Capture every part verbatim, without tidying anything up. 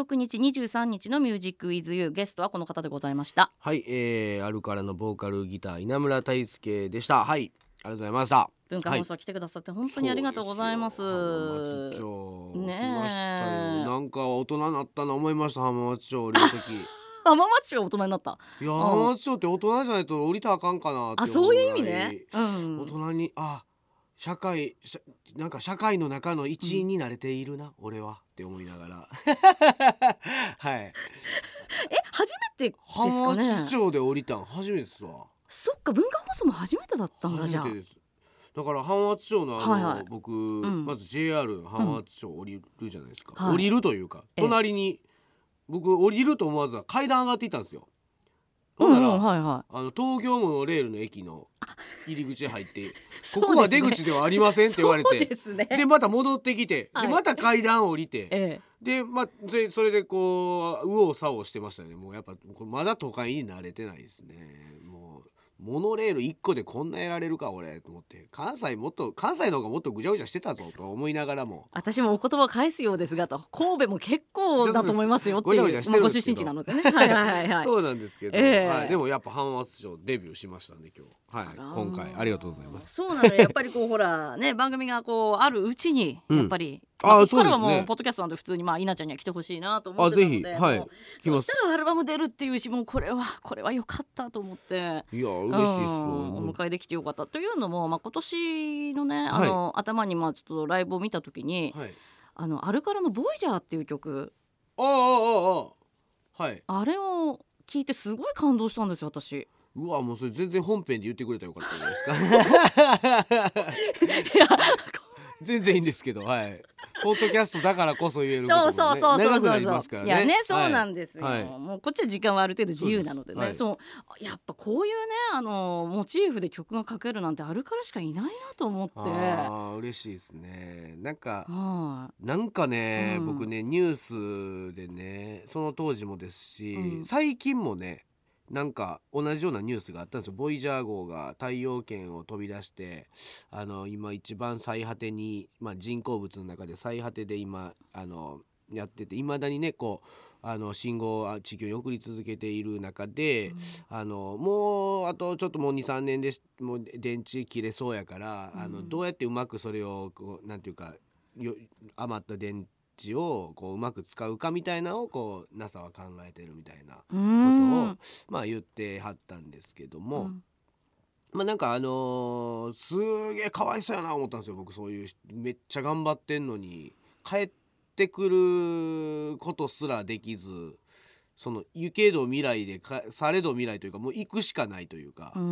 ろくにちにじゅうさんにちのミュージックウィズユー、ゲストはこの方でございました。 はい、えー、アルカラのボーカルギター稲村大輔でした。はい、ありがとうございました。 文化放送来てくださって本当にありがとうございます。 浜松町ねえ、 来ましたよ。なんか大人になったな思いました。浜松町降りるとき浜松町が大人になった。 いや、浜松町って大人じゃないと降りたらあかんかなって思うぐらい。 あ、そういう意味ね、うん、 大人に、あ、社会なんか社会の中の一員になれているな、うん、俺はって思いながらはいえ、 初めてですかね。 浜松町で降りたん初めてですわ。 そっか、文化放送も初めてだったんだ。じゃあ初めてです。だから浜松町のあの、はいはい、僕、うん、まず ジェイアール 浜松町降りるじゃないですか、うん、降りるというか、はい、隣に僕降りると思わず階段上がっていったんですよ。ほんなら、うんうん、はいはい、あの東京モノレールの駅の入り口入ってここは出口ではありませんって言われて、 で,、ね、でまた戻ってきて、はい、でまた階段降りて、ええ、で、ま、それでこう右往左往してましたね。もうやっぱまだ都会に慣れてないですね。もうモノレールいっこでこんなやられるか俺と思って、関西もっと関西の方がもっとぐちゃぐちゃしてたぞと思いながらも、 私もお言葉返すようですがと、神戸も結構だと思いますよっていう、ごちゃごちゃしてるんですけど、ご出身地なのでねはいはい、はい、 そうなんですけど、えーはい、でもやっぱ浜松町デビューしましたね今日、はい、今回ありがとうございます。 そうなのよ、やっぱりこうほらね番組がこうあるうちにやっぱり、うん、 まあ、 ここからはもうポッドキャストなんで普通にまあ稲ちゃんには来てほしいなと思ってたので、 あ、ぜひ、はい、 そしたらアルバム出るっていうし、もうこれはこれは良かったと思って、いや嬉しいっすよ、 お迎えできてよかったというのも、まあ、今年のね、はい、あの頭にまあちょっとライブを見た時に、はい、あのアルカラのボイジャーっていう曲、 あああああ、はい、 あれを聞いてすごい感動したんですよ私。 うわ、もうそれ全然本編で言ってくれたらよかったじゃないですかいや全然いいんですけど、はい、ポッドキャストだからこそ言えることも、ね、 そうそうそうそうそう、 長くなりますからね。 いやね、そうなんですよ、 はい、 もうこっちは時間はある程度自由なのでね、そう、はい、そうやっぱこういうねあのモチーフで曲が書けるなんてあるからしかいないなと思って、 あ、嬉しいですね。なんか、なんかね、うん、僕ねニュースでねその当時もですし、うん、最近もねなんか同じようなニュースがあったんですよ。ボイジャー号が太陽圏を飛び出して、あの今一番最果てに、まあ、人工物の中で最果てで今あのやってて、いまだにねこうあの信号を地球に送り続けている中で、うん、あのもうあとちょっともう にさんねんでもう電池切れそうやから、うん、あのどうやってうまくそれをこうなんていうかよ余った電池をこううまく使うかみたいなのをこう ナサ は考えてるみたいなことをまあ言ってはったんですけども、うん、まあなんかあのー、すげえかわいそうやな思ったんですよ僕。そういうめっちゃ頑張ってんのに帰ってくることすらできず、その行けど未来でかされど未来というかもう行くしかないというか、うん、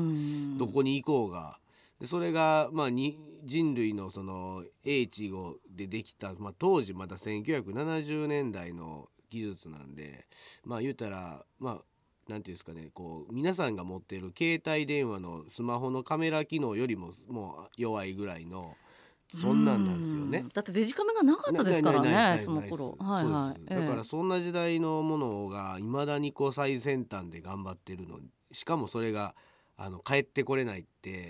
どこに行こうがでそれがまあに人類のその英知語でできた、まあ、当時まだせんきゅうひゃくななじゅうねんだいの技術なんで、まあ言うたらまあなんていうんですかね、こう皆さんが持っている携帯電話のスマホのカメラ機能よりももう弱いぐらいのそんなんなんですよね。 だってデジカメがなかったですからねその頃、はいはい、 だからそんな時代のものがいまだにこう最先端で頑張ってるの、しかもそれがあの帰ってこれないって、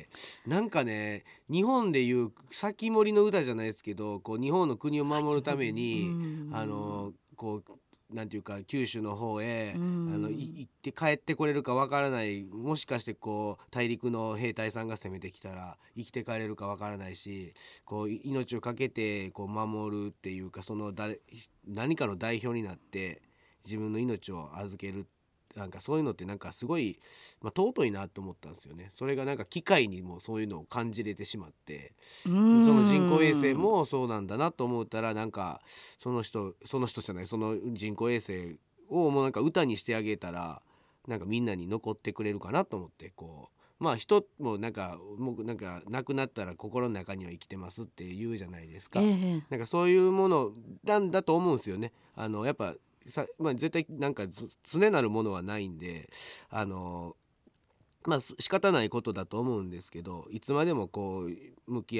なんかね日本でいう先森の歌じゃないですけど、こう日本の国を守るためにあのこうなんていうか九州の方へあの行って帰ってこれるかわからない、もしかしてこう大陸の兵隊さんが攻めてきたら生きて帰れるかわからないし、こう命を懸けてこう守るっていうか、そのだ何かの代表になって自分の命を預ける、なんかそういうのってなんかすごい、まあ、尊いなと思ったんですよね。それがなんか機械にもそういうのを感じれてしまって、その人工衛星もそうなんだなと思ったら、なんかその人その人じゃないその人工衛星をもうなんか歌にしてあげたらなんかみんなに残ってくれるかなと思って、こうまあ人もなんかもうなんか亡くなったら心の中には生きてますって言うじゃないですか、えー、なんかそういうものなんだと思うんですよね。あのやっぱさ、まあ、絶対なんか常なるものはないんで、あのまあ仕方ないことだと思うんですけど、いつまでもこう向き合っ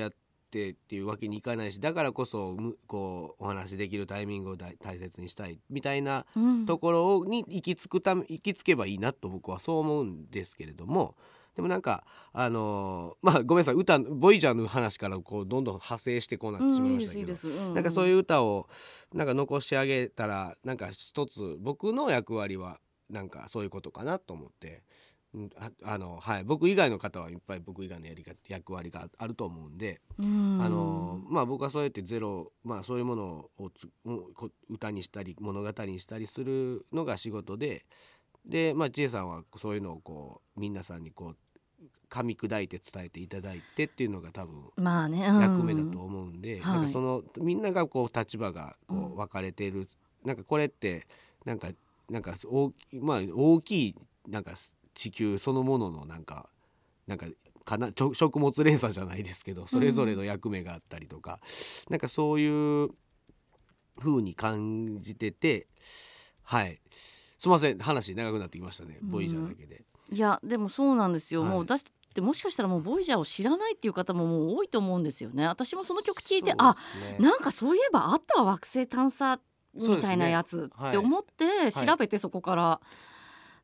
ってっていうわけにいかないし、だからこそこうお話できるタイミングを大切にしたいみたいなところに行き着くため行き着けばいいなと僕はそう思うんですけれども、でもなんかあのー、まあごめんなさい、歌ボイジャーの話からこうどんどん派生してこうなってしまいましたけど、うん、なんかそういう歌をなんか残してあげたらなんか一つ僕の役割はなんかそういうことかなと思って、うん、ああのはい、僕以外の方はいっぱい僕以外のやりが役割があると思うんで、うんあのまあ僕はそうやってゼロ、まあそういうものをつ歌にしたり物語にしたりするのが仕事で、でまあ千恵さんはそういうのをこう皆さんにこう噛み砕いて伝えていただいてっていうのが多分まあね、うん、 役目だと思うんで、 はい、 なんかそのみんながこう立場がこう分かれている、うん、なんかこれってなんかなんか大、まあ、大きいなんか地球そのもののなんかなんかかな食物連鎖じゃないですけど、それぞれの役目があったりとか、うん、なんかそういう風に感じてて、はい、すいません話長くなってきましたね、ボイジャーだけで。 いやでもそうなんですよ、はい、もう出してもしかしたらもうボイジャーを知らないっていう方ももう多いと思うんですよね。私もその曲聞いて、ね、あなんかそういえばあったわ惑星探査みたいなやつって思って調べて、そこから、はい、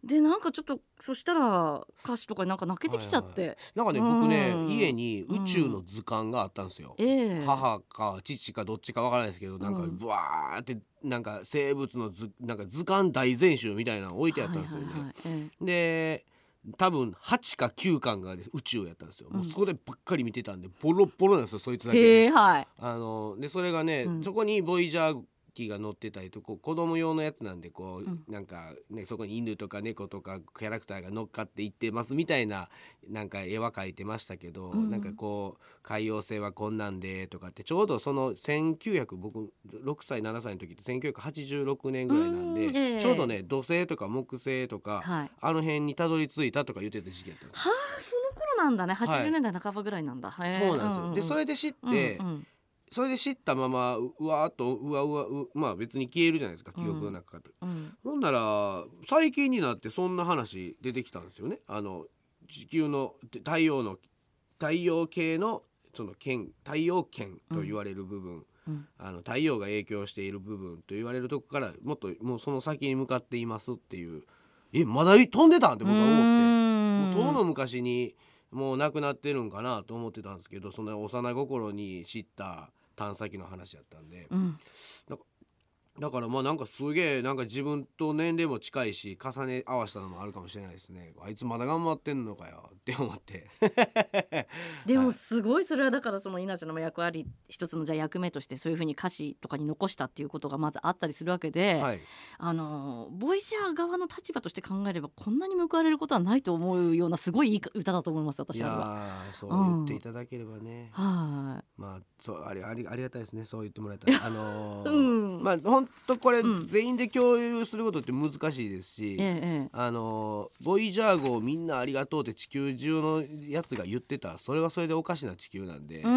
でなんかちょっとそしたら歌詞とかなんか泣けてきちゃって、はいはい、 なんかね、うん、僕ね家に宇宙の図鑑があったんですよ、うんえー、母か父かどっちかわからないですけど、なんかブワーってなんか生物の図なんか図鑑大全集みたいなの置いてあったんですよね、はいはいはいえー、で多分はちかきゅうかんが宇宙やったんですよ、うん、もうそこでばっかり見てたんでボロボロなんですよそいつだけ、 えーはい、 あのでそれがね、うん、そこにボイジャー機が乗ってたりとこう子供用のやつなんでこう、うん、なんか、ね、そこに犬とか猫とかキャラクターが乗っかっていってますみたいななんか絵は描いてましたけど、うん、なんかこう海洋星はこんなんでとかってちょうどそのせんきゅうひゃく僕ろくさいななさいの時ってせんきゅうひゃくはちじゅうろくねんぐらいなんで、うんえー、ちょうどね土星とか木星とか、はい、あの辺にたどり着いたとか言ってた時期やったんです。 はあその頃なんだね、はちじゅうねんだいなかばぐらいなんだ、 はい、そうなんですよ、うんうん、でそれで知って、うんうんそれで知ったままうわーっとうわうわうまあ別に消えるじゃないですか記憶の中から、うんうん、ほんなら最近になってそんな話出てきたんですよね。あの地球の太陽の太陽系のその圏太陽圏と言われる部分、うん、あの太陽が影響している部分と言われるとこからもっともうその先に向かっていますっていう、えまだ飛んでたんって僕は思って、もう遠の昔にもうなくなってるんかなと思ってたんですけど、その幼心に知った探査機の話だったんで、うん、だ, だからまあなんかすげえなんか自分と年齢も近いし重ね合わせたのもあるかもしれないですね。あいつまだ頑張ってんのかよって思ってでもすごいそれはだからその稲ちゃんの役割一つのじゃ役目としてそういうふうに歌詞とかに残したっていうことがまずあったりするわけで、はい、あのボイジャー側の立場として考えればこんなに報われることはないと思うようなすごいいい歌だと思います私は。 いやそう言っていただければね、 うん、はいまあそうありありありがたいですね、そう言ってもらえたらあのーうん、まあ本当これ全員で共有することって難しいですし、うん、あのー、ボイジャー号みんなありがとうって地球中のやつが言ってたらそれはそれでおかしな地球なんで、うん、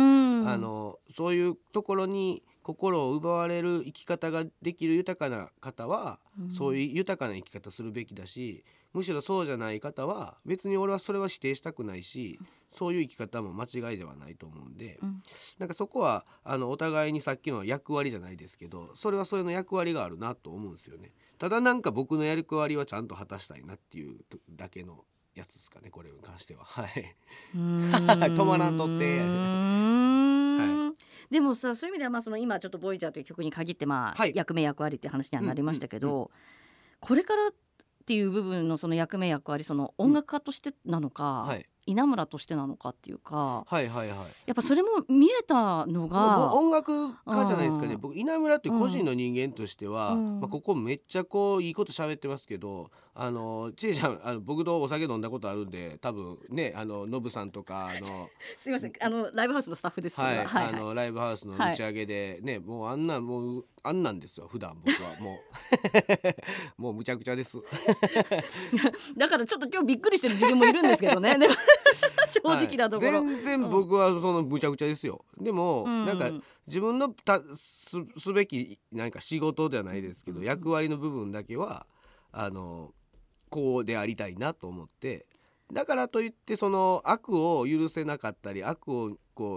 あのー、そういうところに心を奪われる生き方ができる豊かな方は、うん、そういう豊かな生き方するべきだし、むしろそうじゃない方は別に俺はそれは否定したくないし、そういう生き方も間違いではないと思うんで、うん、なんかそこはあのお互いにさっきの役割じゃないですけど、それはそれの役割があるなと思うんですよね。ただなんか僕の役割はちゃんと果たしたいなっていうだけのやつですかね、これに関しては。はい止まらんとってはい、 でもさそういう意味ではまあその今ちょっとボイジャーという曲に限ってまあ、はい、役目役割って話にはなりましたけど、うんうんうん、これからっていう部分のその役目役割その音楽家としてなのか、うんはい、稲村としてなのかっていうか、 はいはいはい、 やっぱそれも見えたのが音楽家じゃないですかね。僕稲村って個人の人間としては、うんまあ、ここめっちゃこういいこと喋ってますけど、あのちえちゃんあの僕とお酒飲んだことあるんで多分ねあのノブさんとかあのすいませんあのライブハウスのスタッフです、 はいはいはい、あのライブハウスの打ち上げでね、はい、もうあんなもうあんなんですよ普段僕はもうもうむちゃくちゃですだからちょっと今日びっくりしてる自分もいるんですけどね正直なところ、 はい、全然僕はそのむちゃくちゃですよ。でも、うん、なんか自分のた す, すべきなんか仕事ではないですけど、うん、役割の部分だけはあのこうでありたいなと思って、だからといってその悪を許せなかったり悪をこう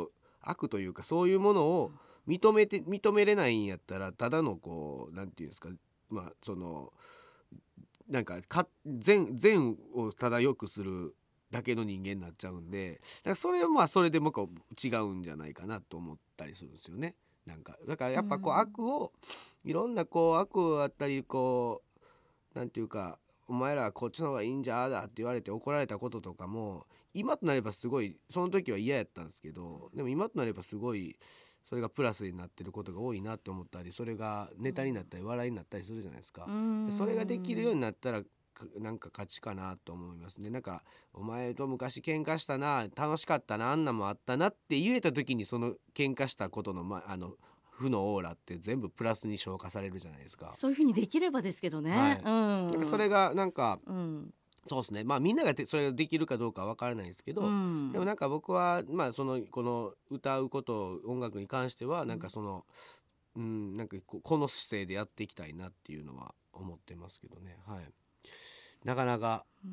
悪というかそういうものを認めて認めれないんやったらただのこうなんていうんですか、まあそのなんかか善善をただ良くするだけの人間になっちゃうんで、だからそれはまあそれで僕は違うんじゃないかなと思ったりするんですよね。なんかだからやっぱこう悪をいろんなこう悪あったりこうなんていうかお前らはこっちの方がいいんじゃあだって言われて怒られたこととかも今となればすごいその時は嫌やったんですけど、でも今となればすごいそれがプラスになってることが多いなって思ったり、それがネタになったり笑いになったりするじゃないですか。それができるようになったらなんか勝ちかなと思いますね。なんかお前と昔喧嘩したな、楽しかったな、あんなもあったなって言えた時にその喧嘩したことの、ま、あの負のオーラって全部プラスに消化されるじゃないですか。 そういう風にできればですけどね、はい、うん、 なんかそれがなんか、うん、そうですね、まあみんながそれができるかどうかは分からないですけど、うん、でもなんか僕はまあそのこの歌うこと音楽に関してはなんかその、うん、なんかこの姿勢でやっていきたいなっていうのは思ってますけどね。はい、なかなか、うん、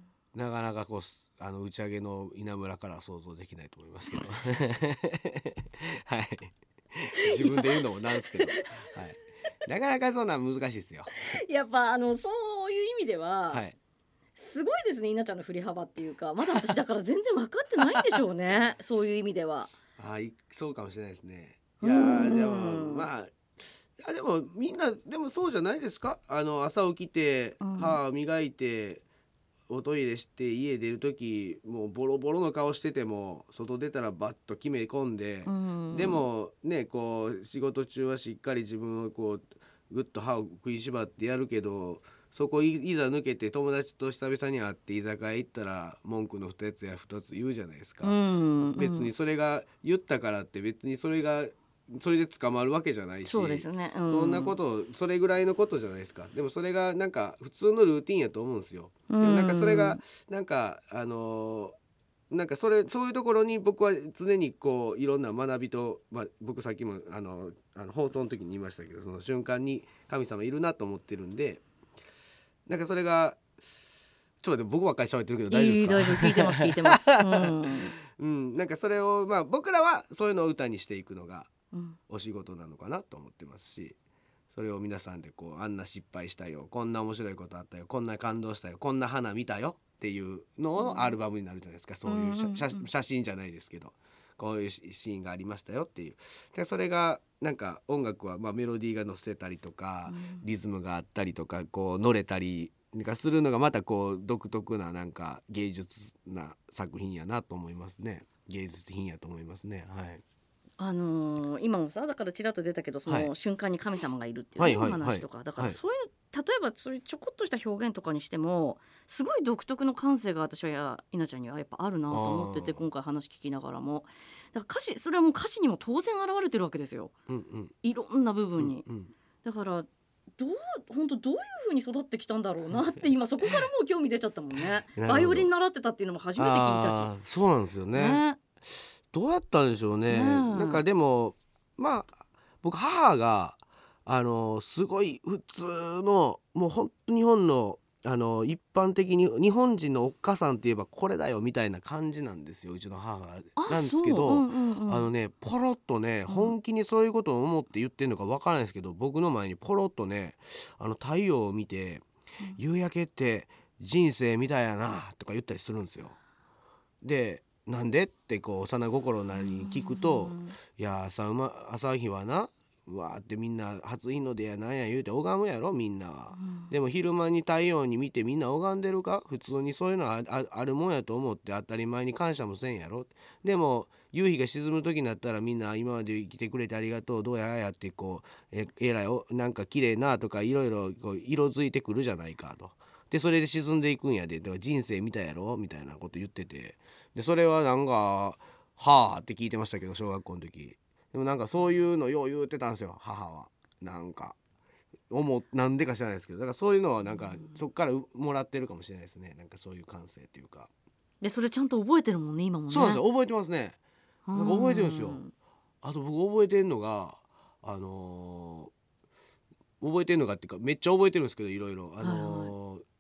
なかなかこうあの打ち上げの稲村からは想像できないと思いますけどはい自分で言うのもなんですけど、はい、なかなかそんな難しいですよやっぱあのそういう意味では、はい、すごいですね、稲ちゃんの振り幅っていうか、まだ私だから全然分かってないんでしょうねそういう意味では。 あ、そうかもしれないですね。いやでもまあいやでもみんなでもそうじゃないですか。あの朝起きて歯磨いておトイレして家出る時もうボロボロの顔してても外出たらバッと決め込んで、でもねこう仕事中はしっかり自分をこうグッと歯を食いしばってやるけど、そこ い, いざ抜けて友達と久々に会って居酒屋行ったら文句の二つや二つ言うじゃないですか。別にそれが言ったからって別にそれがそれで捕まるわけじゃないし、 そうですね、うん、 そんなことそれぐらいのことじゃないですか。でもそれがなんか普通のルーティンやと思うんですよ。でもなんかそれがなんかあのー、なんかそれそういうところに僕は常にこういろんな学びと、まあ、僕さっきもあのあの放送の時に言いましたけど、その瞬間に神様いるなと思ってるんで、なんかそれがちょっと待って僕ばっかり喋ってるけど大丈夫ですか？ いい大丈夫、聞いてます聞いてます、うんうん、なんかそれをまあ僕らはそういうのを歌にしていくのがお仕事なのかなと思ってますし、それを皆さんでこうあんな失敗したよ、こんな面白いことあったよ、こんな感動したよ、こんな花見たよっていうののアルバムになるじゃないですか。そういう 写, 写真じゃないですけどこういうシーンがありましたよっていう。でそれがなんか音楽はまあメロディーが乗せたりとかリズムがあったりとかこう乗れたりなんかするのがまたこう独特ななんか芸術な作品やなと思いますね。芸術品やと思いますね。はい。 あのー、今もさだからちらっと出たけどその瞬間に神様がいるっていう、ね、はい、話とか、はい、だからそういう、はい、例えばそういうちょこっとした表現とかにしてもすごい独特の感性が私はや稲ちゃんにはやっぱあるなと思ってて、今回話聞きながらもだから歌詞それはもう歌詞にも当然現れてるわけですよ、うんうん、いろんな部分に、うんうん、だからどう本当どういう風に育ってきたんだろうなって今そこからもう興味出ちゃったもんねバイオリン習ってたっていうのも初めて聞いたし。 あそうなんですよ ね, ねどうやったんでしょうね、うん、なんかでもまあ僕母があのすごい普通のもう本当日本のあの一般的に日本人のおっかさんって言えばこれだよみたいな感じなんですようちの母なんですけど、うんうんうん、あのねポロッとね本気にそういうことを思って言ってるのか分からないですけど、僕の前にポロッとねあの太陽を見て、うん、夕焼けって人生みたいやなとか言ったりするんですよ。でなんでってこう幼心なりに聞くと、いや 朝, 馬朝日はなわーってみんな初日の出やなんや言うて拝むやろみんなは、うん、でも昼間に太陽に見てみんな拝んでるか、普通にそういうのは あ, あるもんやと思って当たり前に感謝もせんやろ。でも夕日が沈む時になったらみんな今まで生きてくれてありがとうどうややってこう え, えらいおなんか綺麗なとかいろいろ色づいてくるじゃないかと。でそれで沈んでいくんやで、だから人生みたいやろみたいなこと言ってて、でそれはなんかはあって聞いてましたけど小学校の時。でもなんかそういうのよう言うてたんですよ母は。なんか思なんでか知らないですけど、だからそういうのはなんかそっからもらってるかもしれないですね。なんかそういう感性っていうか。 でそれちゃんと覚えてるもんね今もね。 そうなんですよ、覚えてますね。なんか覚えてるんですよ。あと僕覚えてるのがあのー、覚えてるのがっていうかめっちゃ覚えてるんですけどいろいろあのーはいはい、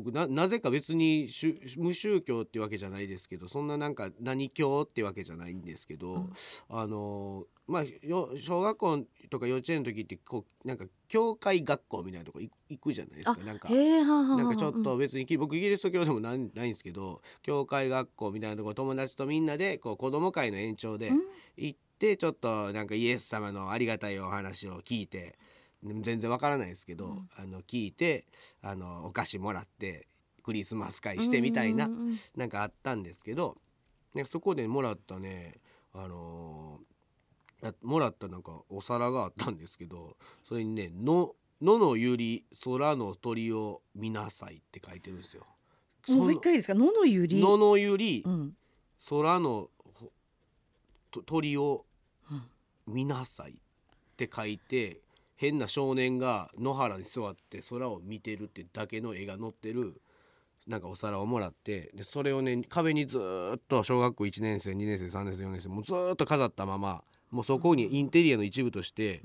僕 な, なぜか別に無宗教ってわけじゃないですけど、そんななんか何教ってわけじゃないんですけど、うん、あのまあ小学校とか幼稚園の時ってこうなんか教会学校みたいなとこ行くじゃないですか。なんかなんかちょっと別に僕イギリス教でもないんですけど、教会学校みたいなとこ友達とみんなでこう子供会の延長で行って、ちょっとなんかイエス様のありがたいお話を聞いて、全然わからないですけど、うん、あの聞いてあのお菓子もらってクリスマス会してみたいな、うんうんうん、なんかあったんですけど、なんかそこでもらったね、あのー、もらったなんかお皿があったんですけど、それにねの野のゆり空の鳥を見なさいって書いてるんですよ。 もう一回いいですか？野のゆり野のゆり、うん、空の鳥を見なさいって書いて、変な少年が野原に座って空を見てるってだけの絵が載ってるなんかお皿をもらって、でそれをね壁にずっと小学校いちねん生にねん生さんねん生よねん生もうずっと飾ったまま、もうそこにインテリアの一部として、うん、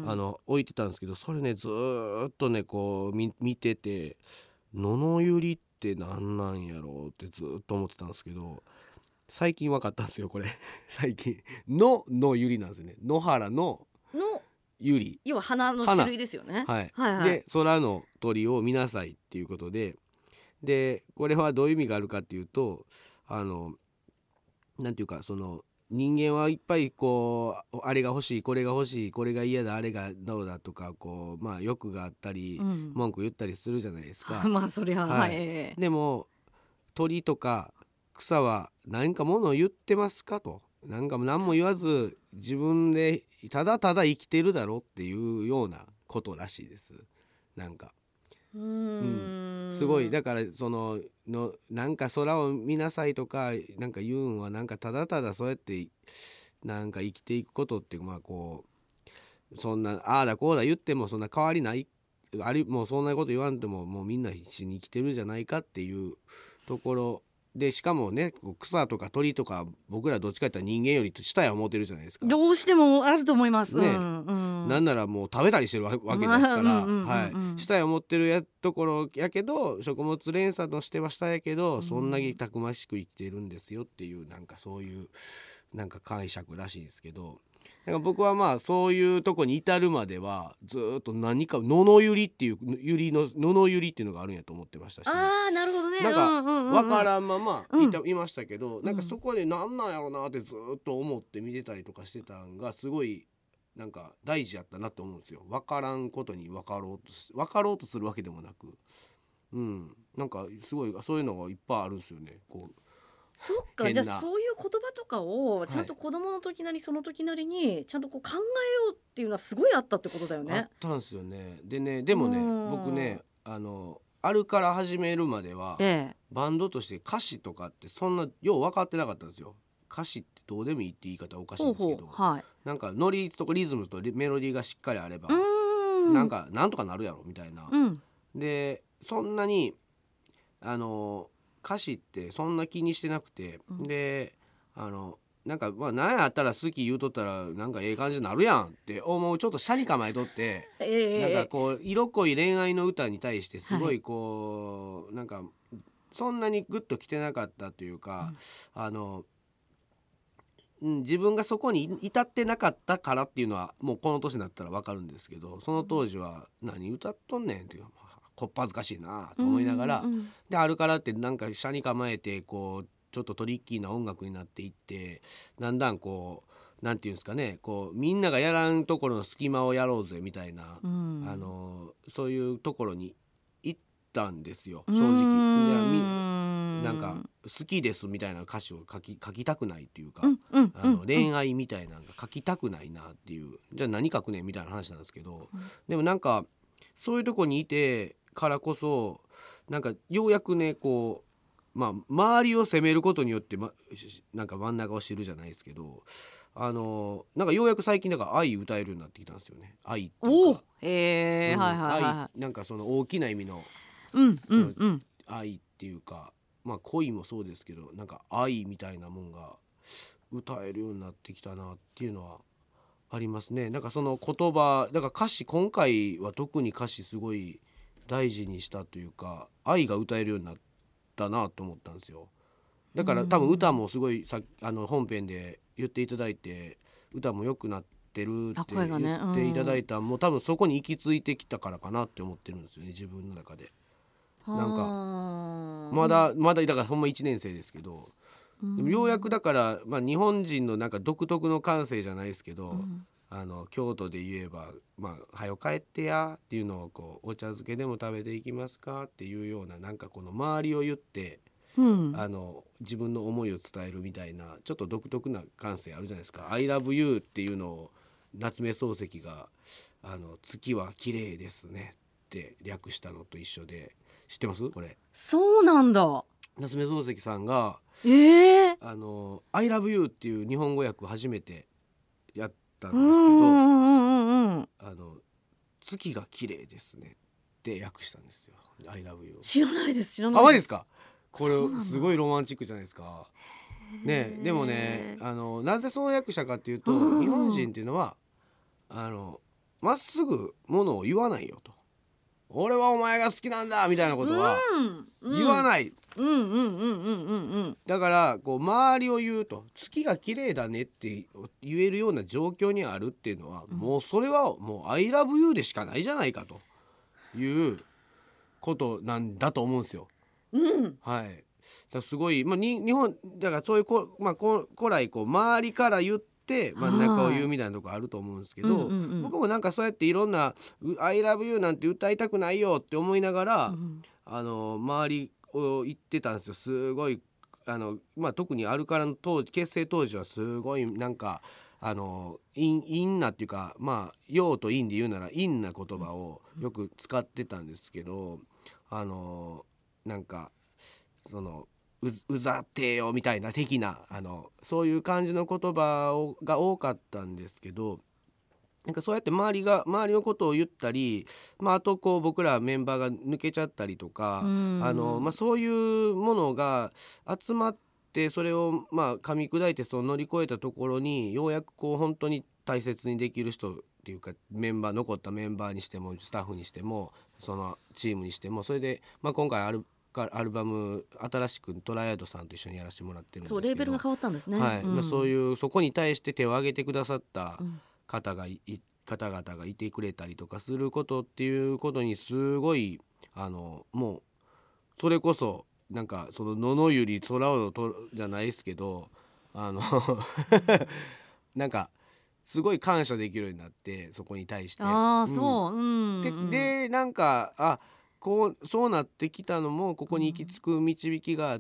あの置いてたんですけど、それねずっとねこう 見, 見てて、野のゆりって何なんやろうってずっと思ってたんですけど、最近分かったんですよこれ最近ののゆりなんですよね。野原ののゆり、 要は花の種類ですよね。 はいはいはい、で空の鳥を見なさいっていうことで、でこれはどういう意味があるかっていうと、あのなんていうか、その人間はいっぱいこうあれが欲しいこれが欲しいこれが嫌だあれがどうだとかこう、まあ、欲があったり、うん、文句言ったりするじゃないですかまあそりゃ、はい、はい、 でも鳥とか草は何かものを言ってますかと、なんか何も言わず自分でただただ生きてるだろうっていうようなことらしいです。なんかうーん、 うん、すごいだからそののなんか空を見なさいとかなんか言うんはなんかただただそうやってなんか生きていくことってまあこうそんなああだこうだ言ってもそんな変わりない、あるもうそんなこと言わんでももうみんな必死に生きてるじゃないかっていうところで、しかもね草とか鳥とか僕らどっちかって言ったら人間より下や思ってるじゃないですか。 どうしてもあると思いますね、うんうん、 なんならもう食べたりしてるわけですから、はい、下や思ってるやところやけど食物連鎖としては下やけど、うん、そんなにたくましく生きてるんですよっていうなんかそういうなんか解釈らしいですけど、なんか僕はまあそういうとこに至るまではずっと何か野のゆりっていうゆりの野のゆりっていうのがあるんやと思ってましたし、 あーなるほどね、 なんか分からんままいた、うん、いましたけど、なんかそこでなんなんやろうなってずっと思って見てたりとかしてたんがすごいなんか大事やったなと思うんですよ。分からんことに分かろうとす分かろうとするわけでもなく、うん、なんかすごいそういうのがいっぱいあるんですよね。こうそっか、じゃあそういう言葉とかをちゃんと子供の時なりその時なりにちゃんとこう考えようっていうのはすごいあったってことだよね。 あったんですよね。でね、でもね僕ねあのあるから始めるまでは、ええ、バンドとして歌詞とかってそんなよう分かってなかったんですよ。歌詞ってどうでもいいって言い方はおかしいんですけど、ほうほう、はい、なんかノリとかリズムとメロディーがしっかりあればなんかなんとかなるやろみたいな、うん、でそんなにあの歌詞ってそんな気にしてなくて、うん、であのなんかまあ何やったら好き言うとったらなんかええ感じになるやんって思うちょっと斜に構えとって、えー、なんかこう色濃い恋愛の歌に対してすごいこう、はい、なんかそんなにグッときてなかったというか、うん、あの、うん、自分がそこに至ってなかったからっていうのはもうこの年になったら分かるんですけど、その当時は何歌っとんねんっていうこっぱずかしいなと思いながら、うんうん、であるからってなんか斜に構えてこうちょっとトリッキーな音楽になっていってだんだんこうなんていうんですかね、こうみんながやらんところの隙間をやろうぜみたいな、うん、あのそういうところに行ったんですよ正直。いやみなんか好きですみたいな歌詞を書き、書きたくないっていうか、うんうん、あの恋愛みたいなのが書きたくないなっていう、じゃあ何書くねんみたいな話なんですけど、うん、でもなんかそういうとこにいてからこそなんかようやくねこうまあ周りを責めることによって、ま、なんか真ん中を知るじゃないですけど、あのなんかようやく最近だから愛歌えるようになってきたんですよね。愛っていうか、 へー、うん、はいはいはい、 なんかその大きな意味の、 うんうんうん、 愛っていうかまあ恋もそうですけどなんか愛みたいなもんが歌えるようになってきたなっていうのはありますね。なんかその言葉だから歌詞今回は特に歌詞すごい大事にしたというか愛が歌えるようになったなと思ったんですよ。だから多分歌もすごいさあの本編で言っていただいて歌も良くなってるって言っていただいた、もう多分そこに行き着いてきたからかなって思ってるんですよね、自分の中で。なんかまだまだだからほんまいちねん生ですけど、でもようやくだから、まあ、日本人のなんか独特の感性じゃないですけど、うん、あの京都で言えば「まあ、はよ帰ってや」っていうのをこう「お茶漬けでも食べていきますか」っていうようななんかこの周りを言って、うん、あの自分の思いを伝えるみたいなちょっと独特な感性あるじゃないですか。「I love you」っていうのを夏目漱石があの月は綺麗ですねって略したのと一緒で、知ってますこれ？ そうなんだ。 夏目漱石さんが、 えー、 あの I love you っていう日本語訳を初めてやったんですけど、あの月が綺麗ですねって訳したんですよ。 I love you。 知らないです知らないです。 あ、マジですか？これすごいロマンチックじゃないですかね。でもね、あのなぜそう訳したかっていうと、日本人っていうのはあのまっすぐものを言わないよと。俺はお前が好きなんだみたいなことは言わない。だからこう周りを言うと月が綺麗だねって言えるような状況にあるっていうのは、うん、もうそれはもう I love you でしかないじゃないかということなんだと思うんですよ。うん、はい。だすごい、まあ、に日本だからそういうこ、まあ、こ古来こう周りから言って真ん中を言うみたいなとこあると思うんですけど、僕もなんかそうやっていろんな「I love you」なんて歌いたくないよって思いながら、うん、あの周りを言ってたんですよ。すごいあの、まあ、特にアルカラの当時結成当時はすごいなんかあの陰なっていうか、まあ陽と陰で言うなら陰な言葉をよく使ってたんですけど、あのなんかそのう, うざってよみたいな的なあのそういう感じの言葉をが多かったんですけど、なんかそうやって周りが周りのことを言ったり、まあ、あとこう僕らメンバーが抜けちゃったりとか、あの、まあ、そういうものが集まってそれをまあ噛み砕いてその乗り越えたところにようやくこう本当に大切にできる人っていうかメンバー残ったメンバーにしてもスタッフにしてもそのチームにしても、それで、まあ、今回あるアルバム新しくトライアドさんと一緒にやらせてもらってるんですけど、 そうレーベルが変わったんですね。 はい、 うんまあ、そういうそこに対して手を挙げてくださった方がい、うん、方々がいてくれたりとかすることっていうことにすごいあのもうそれこそなんかその野々ゆり空をとじゃないですけどあのなんかすごい感謝できるようになって、そこに対して。 あ、うん、そう、うんで、でなんかあこうそうなってきたのもここに行き着く導きがあって、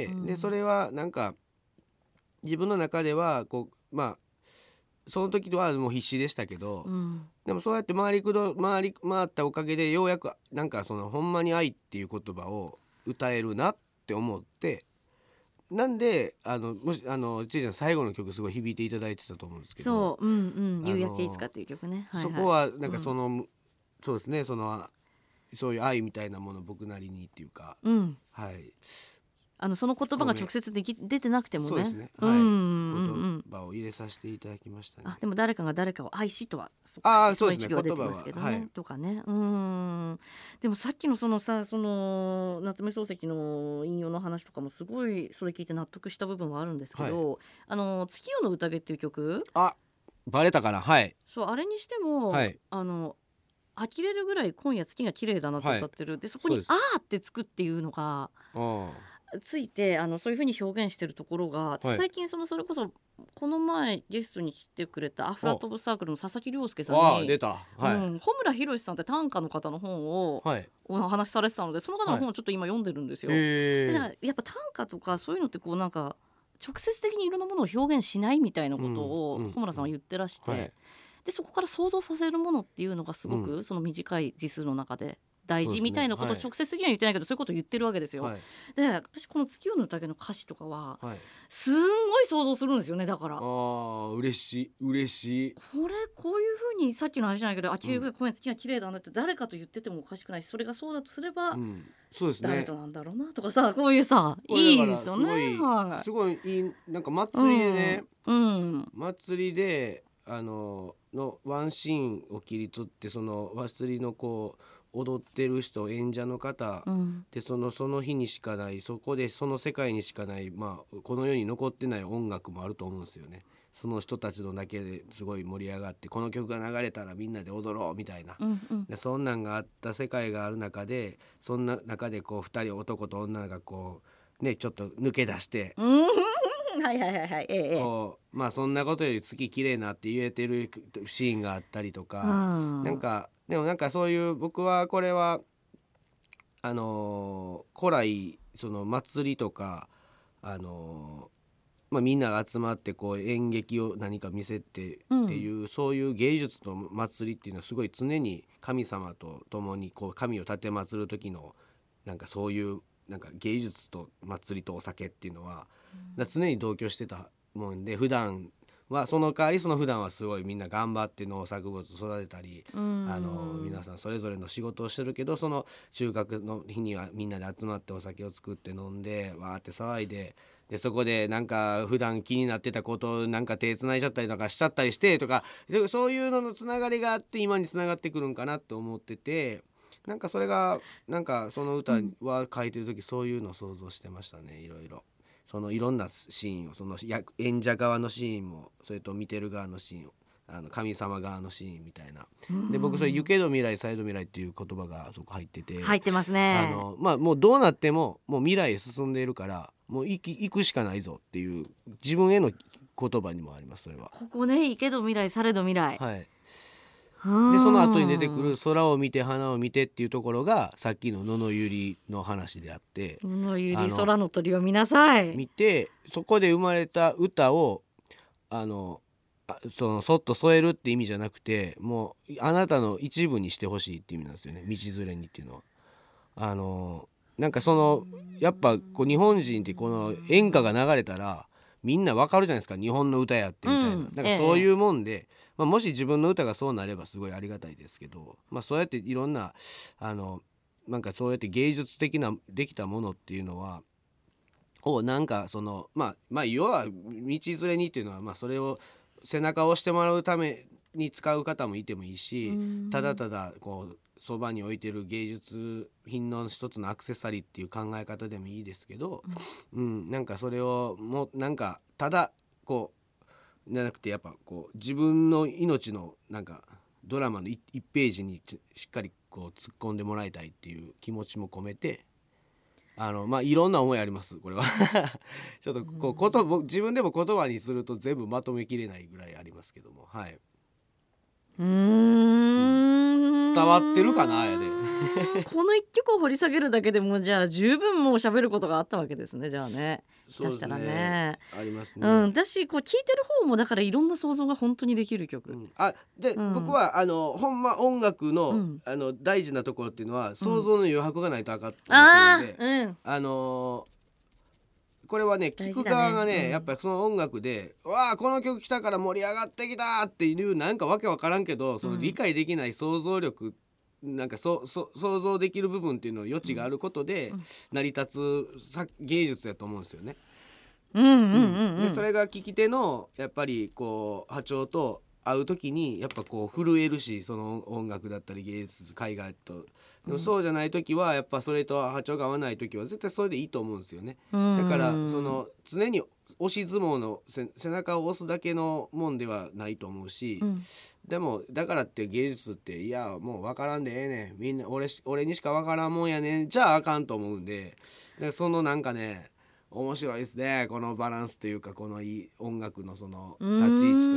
うん、でそれはなんか自分の中ではこうまあその時はもう必死でしたけど、うん、でもそうやって回りくど回り回ったおかげでようやくなんかそのほんまに愛っていう言葉を歌えるなって思って、なんであのもしあのちいちゃん最後の曲すごい響いていただいてたと思うんですけど、 そう、うんうん、夕焼けいつかっていう曲ね、 はいはい、そこはなんかその、うん、そうですね、そのそういう愛みたいなもの僕なりにっていうか、うん、はい、 あのその言葉が直接でき出てなくてもね、 そうですね、はい、うん、言葉を入れさせていただきましたね。 あでも誰かが誰かを愛しとはそあそうですね、 言葉は出てますけどね、はい、とかね、うん。でもさっきのそのさその夏目漱石の引用の話とかもすごいそれ聞いて納得した部分はあるんですけど、はい、あの月夜の宴っていう曲、 あバレたかな、はい、 そうあれにしても、はい、あの呆れるぐらい今夜月が綺麗だなと歌ってる、はい、でそこにあーってつくっていうのがついて、あのそういう風に表現してるところが、はい、最近そのそれこそこの前ゲストに来てくれたアフラットブサークルの佐々木亮介さんに出た、はい、うん、 穂村弘さんって短歌の方の本をお話しされてたので、その方の本をちょっと今読んでるんですよ、はい、でやっぱ短歌とかそういうのってこうなんか直接的にいろんなものを表現しないみたいなことを穂村さんは言ってらして、うんうんうん、はい、でそこから想像させるものっていうのがすごく、うん、その短い字数の中で大事みたいなことを直接的には言ってないけど、そういうことを言ってるわけですよ、はい、で私この月夜の宴の歌詞とかは、はい、すんごい想像するんですよね。だからあ嬉しい嬉しい、 これこういう風にさっきの話じゃないけど、あきれい今月が綺麗だなって誰かと言っててもおかしくないし、それがそうだとすれば、うん、そうですね、誰となんだろうなとかさ、こういうさいいですよね。 すごいいい、なんか祭りでね、うんうん、祭りであののワンシーンを切り取って、その祭りのこう踊ってる人演者の方、うん、でそのその日にしかないそこでその世界にしかない、まあ、この世に残ってない音楽もあると思うんですよね。その人たちのだけですごい盛り上がってこの曲が流れたらみんなで踊ろうみたいな、うんうん、でそんなんがあった世界がある中でそんな中でこうふたり男と女がこうねちょっと抜け出して、うん、 はいはいはいはい、ええ、 こうまあそんなことより月綺麗なって言えてるシーンがあったりとか、うん、なんかでもなんかそういう僕はこれはあのー、古来その祭りとかあのーまあ、みんなが集まってこう演劇を何か見せてっていう、うん、そういう芸術と祭りっていうのはすごい常に神様と共にこう神を奉る時のなんかそういうなんか芸術と祭りとお酒っていうのは、うん、常に同居してたもんで普段はその代わりその普段はすごいみんな頑張って農作物育てたり、うん、あの皆さんそれぞれの仕事をしてるけどその収穫の日にはみんなで集まってお酒を作って飲んでわーって騒いででそこでなんか普段気になってたことをなんか手つないじゃったりとかしちゃったりしてとかそういうののつながりがあって今につながってくるんかなと思っててなんかそれがなんかその歌は書いてる時そういうのを想像してましたねいろいろ。そのいろんなシーンをその演者側のシーンもそれと見てる側のシーンをあの神様側のシーンみたいなで僕それ「行けど未来さえど未来」っていう言葉がそこ入ってて入ってますね。 あの、まあ、もうどうなってももう未来へ進んでいるからもう行き行くしかないぞっていう自分への言葉にもありますそれは。 ここね行けど未来されど未来、 はい、でその後に出てくる空を見て花を見てっていうところがさっきの野々ゆりの話であって野々ゆり空の鳥を見なさい見てそこで生まれた歌をあのあそのそっと添えるって意味じゃなくてもうあなたの一部にしてほしいって意味なんですよね道連れにっていうのは。あのなんかそのやっぱこう日本人ってこの演歌が流れたらみんなわかるじゃないですか日本の歌やってみたいな、うん、なんかそういうもんで、ええまあ、もし自分の歌がそうなればすごいありがたいですけど、まあ、そうやっていろんなあのなんかそうやって芸術的なできたものっていうのはをなんかそのまあまあ要は道連れにっていうのはまあそれを背中を押してもらうために使う方もいてもいいし、ただただこうそばに置いてる芸術品の一つのアクセサリーっていう考え方でもいいですけど、うん、なんかそれをもうなんかただこうじゃなくてやっぱこう自分の命のなんかドラマのいちページにしっかりこう突っ込んでもらいたいっていう気持ちも込めてあのまあいろんな思いありますこれはちょっとこうこと自分でも言葉にすると全部まとめきれないぐらいありますけどもはい。 うーん、 うん、伝わってるかなやでこの一曲を掘り下げるだけでもじゃあ十分もう喋ることがあったわけですねじゃあね。 そうですね、 したらねありますね、 うん、だしこう聴いてる方もだからいろんな想像が本当にできる曲、うん、 あで、うん、僕はあのほんま音楽の、うん、あの大事なところっていうのは想像の余白がないとあかんって思ってるんで、うん、あのー、これはね聴く側が ね, ね、うん、やっぱりその音楽でわあこの曲来たから盛り上がってきたっていうなんかわけわからんけどその理解できない想像力、うん、なんかそそ想像できる部分っていうのを余地があることで成り立つ芸術やと思うんですよね。 うんうんうんうん、 でそれが聴き手のやっぱりこう波長と合う時にやっぱこう震えるしその音楽だったり芸術絵画とでもそうじゃない時はやっぱそれと波長が合わない時は絶対それでいいと思うんですよね。だからその常に押し相撲の背中を押すだけのもんではないと思うし、うん、でもだからって芸術っていやもう分からんでええねんみんな 俺, 俺にしか分からんもんやねんじゃああかんと思うんでだからそのなんかね面白いですねこのバランスというかこのいい音楽のその立ち位置と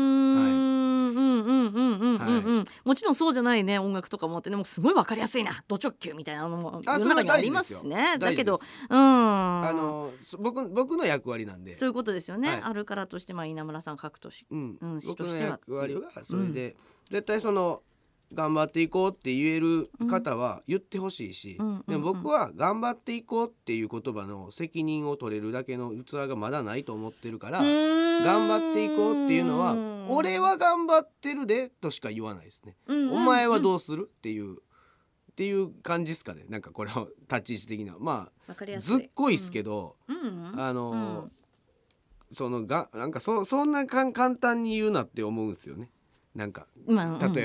いうかもちろんそうじゃないね音楽とかもあってねもうすごい分かりやすいなド直球みたいなのも世の中にありますね。だけどうんあの 僕, 僕の役割なんでそういうことですよね、はい、あるからとしてまあ稲村さん書くとし、 うんうん、僕の役割はそれで、うん、絶対その頑張っていこうって言える方は言ってほしいし、うん、でも僕は頑張っていこうっていう言葉の責任を取れるだけの器がまだないと思ってるから頑張っていこうっていうのは俺は頑張ってるでとしか言わないですね、うんうんうん、お前はどうするっていうっていう感じですかね。なんかこれを立ち位置的なまあずっこいっすけど、うんうん、あの、うん、そのがなんか そ, そんなかん簡単に言うなって思うんですよね。なんか、まあ、例えば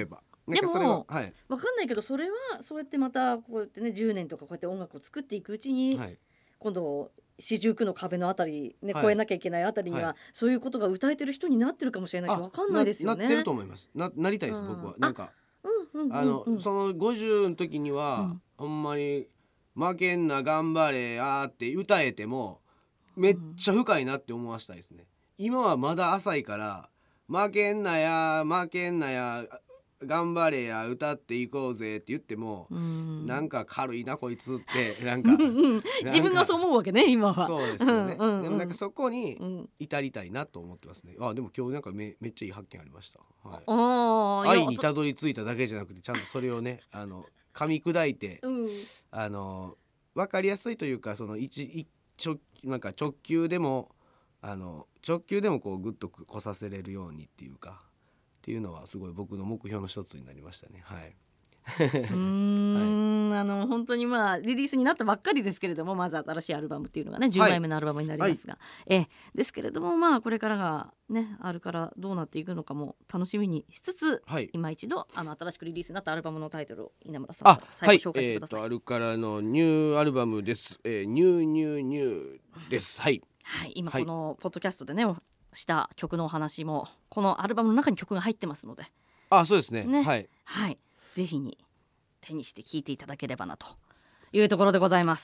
でも、 はい、 分かんないけどそれはそうやってまたこうやってねじゅうねんとかこうやって音楽を作っていくうちに、はい、今度四十九の壁のあたり、ね、越えなきゃいけないあたりには、はい、そういうことが歌えてる人になってるかもしれないし分かんないですよね。 な, なってると思います。 な, なりたいです、うん、僕はなんかあのそのごじゅうの時には、うん、ほんまに負けんな頑張れあーって歌えてもめっちゃ深いなって思わしたいですね。今はまだ浅いから負けんなや負けんなや頑張れや歌っていこうぜって言っても、うん、なんか軽いなこいつってなんか自分がそう思うわけね今は。 そうですよね、うんうんうん、でもなんかそこに至りたいなと思ってますね。あでも今日なんか め, めっちゃいい発見ありました、はい、愛にたどり着いただけじゃなくてちゃんとそれをねあの噛み砕いて、うん、あの分かりやすいというかその一一直なんか直球でもあの直球でもこうグッとこさせれるようにっていうかっていうのはすごい僕の目標の一つになりましたね。はい。 うーん、はい、あの本当にまあリリースになったばっかりですけれどもまず新しいアルバムっていうのがねじゅうまいめのアルバムになりますが、はい、えですけれどもまあこれからがねあるからどうなっていくのかも楽しみにしつつ、はい、今一度あの新しくリリースになったアルバムのタイトルを稲村さんから最後紹介してください。 はい、えー、とあるからのニューアルバムです、えー、ニューニューニューです。はい、 はい、今このポッドキャストでねした曲のお話もこのアルバムの中に曲が入ってますので、 あそうですね、ね、はい、 はい、ぜひに手にして聴いていただければなというところでございます。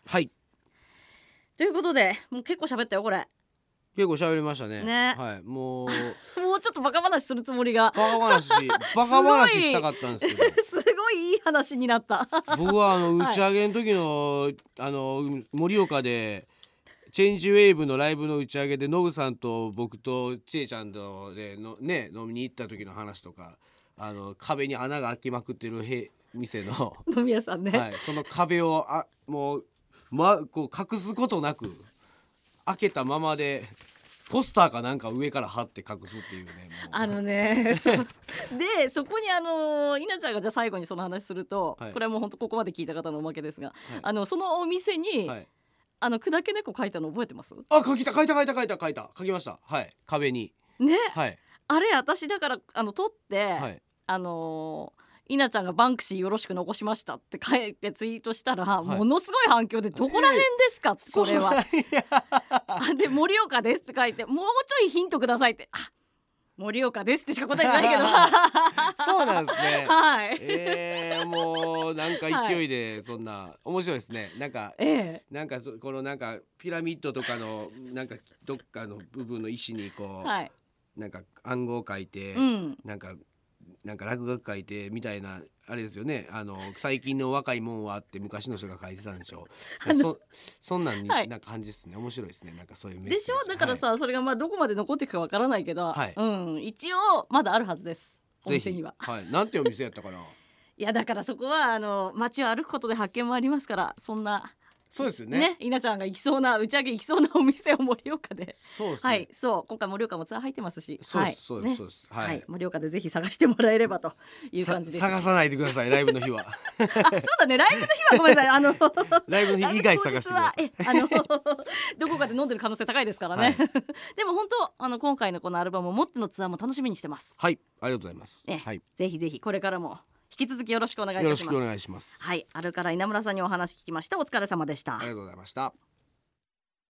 はい、 ということでもう結構喋ったよこれ。 結構喋りました ね, ね、 はい、もうもうちょっとバカ話するつもりがバカ話バカ話したかったんですけどすごいいい話になった僕はあの打ち上げの時の、はい、あの盛岡でチェンジウェーブのライブの打ち上げでノブさんと僕とちえちゃんとでの、ね、飲みに行った時の話とかあの壁に穴が開きまくってるへ店の飲み屋さんね、 はい、その壁をあもう、ま、こう隠すことなく開けたままでポスターかなんか上から貼って隠すっていうねもうあのねそでそこにあの稲ちゃんがじゃあ最後にその話すると、はい、これはもう本当ここまで聞いた方のおまけですが、はい、あのそのお店に、はい、あの砕け猫書いたの覚えてます？ あ、書いた書いた書いた書いた書いた書きました。はい、壁にね、 はい、 あれ私だからあの撮って、はい、あのー稲ちゃんがバンクシーよろしく残しましたって書いてツイートしたら、はい、ものすごい反響でどこら辺ですか、えー、これはあで盛岡ですって書いてもうちょいヒントくださいってあ盛岡ですってしか答えてないけどそうなんですね、 はい、 えー、もうなんか勢いでそんな、はい、面白いですね。なんか、えー、なんかこのなんかピラミッドとかのなんかどっかの部分の石にこう、はい、なんか暗号を書いて、うん、なんかなんか落書き書いてみたいなあれですよね。あの最近の若いもんはって昔の人が書いてたんでしょうそ, そんなんになんか感じですね。面白いですね。なんかそういうメッセージでしょ。だからさ、はい、それがまあどこまで残っていくかわからないけど、はい、うん、一応まだあるはずですお店には。 はい、なんてお店やったかな。 いやだからそこはあの街を歩くことで発見もありますからそんな。 そうですよね。 ね、稲ちゃんが行きそうな打ち上げ行きそうなお店を盛岡で、 そうですね。 はい、そう今回盛岡もツアー入ってますし、 そうです、そうです、そうです、 はい、はい、盛岡でぜひ探してもらえればという感じです。 探さないでくださいライブの日は。あ、 そうだねライブの日はごめんなさいあのライブの日以外探してください。 あのどこかで飲んでる可能性高いですからね。はい、でも本当あの今回のこのアルバムを持ってのツアーも楽しみにしてます。 はい、ありがとうございます。 はい、ぜひぜひこれからも引き続きよろしくお願いいたします。 よろしくお願いします。 はい、あるから稲村さんにお話聞きました。お疲れ様でした。 ありがとうございました。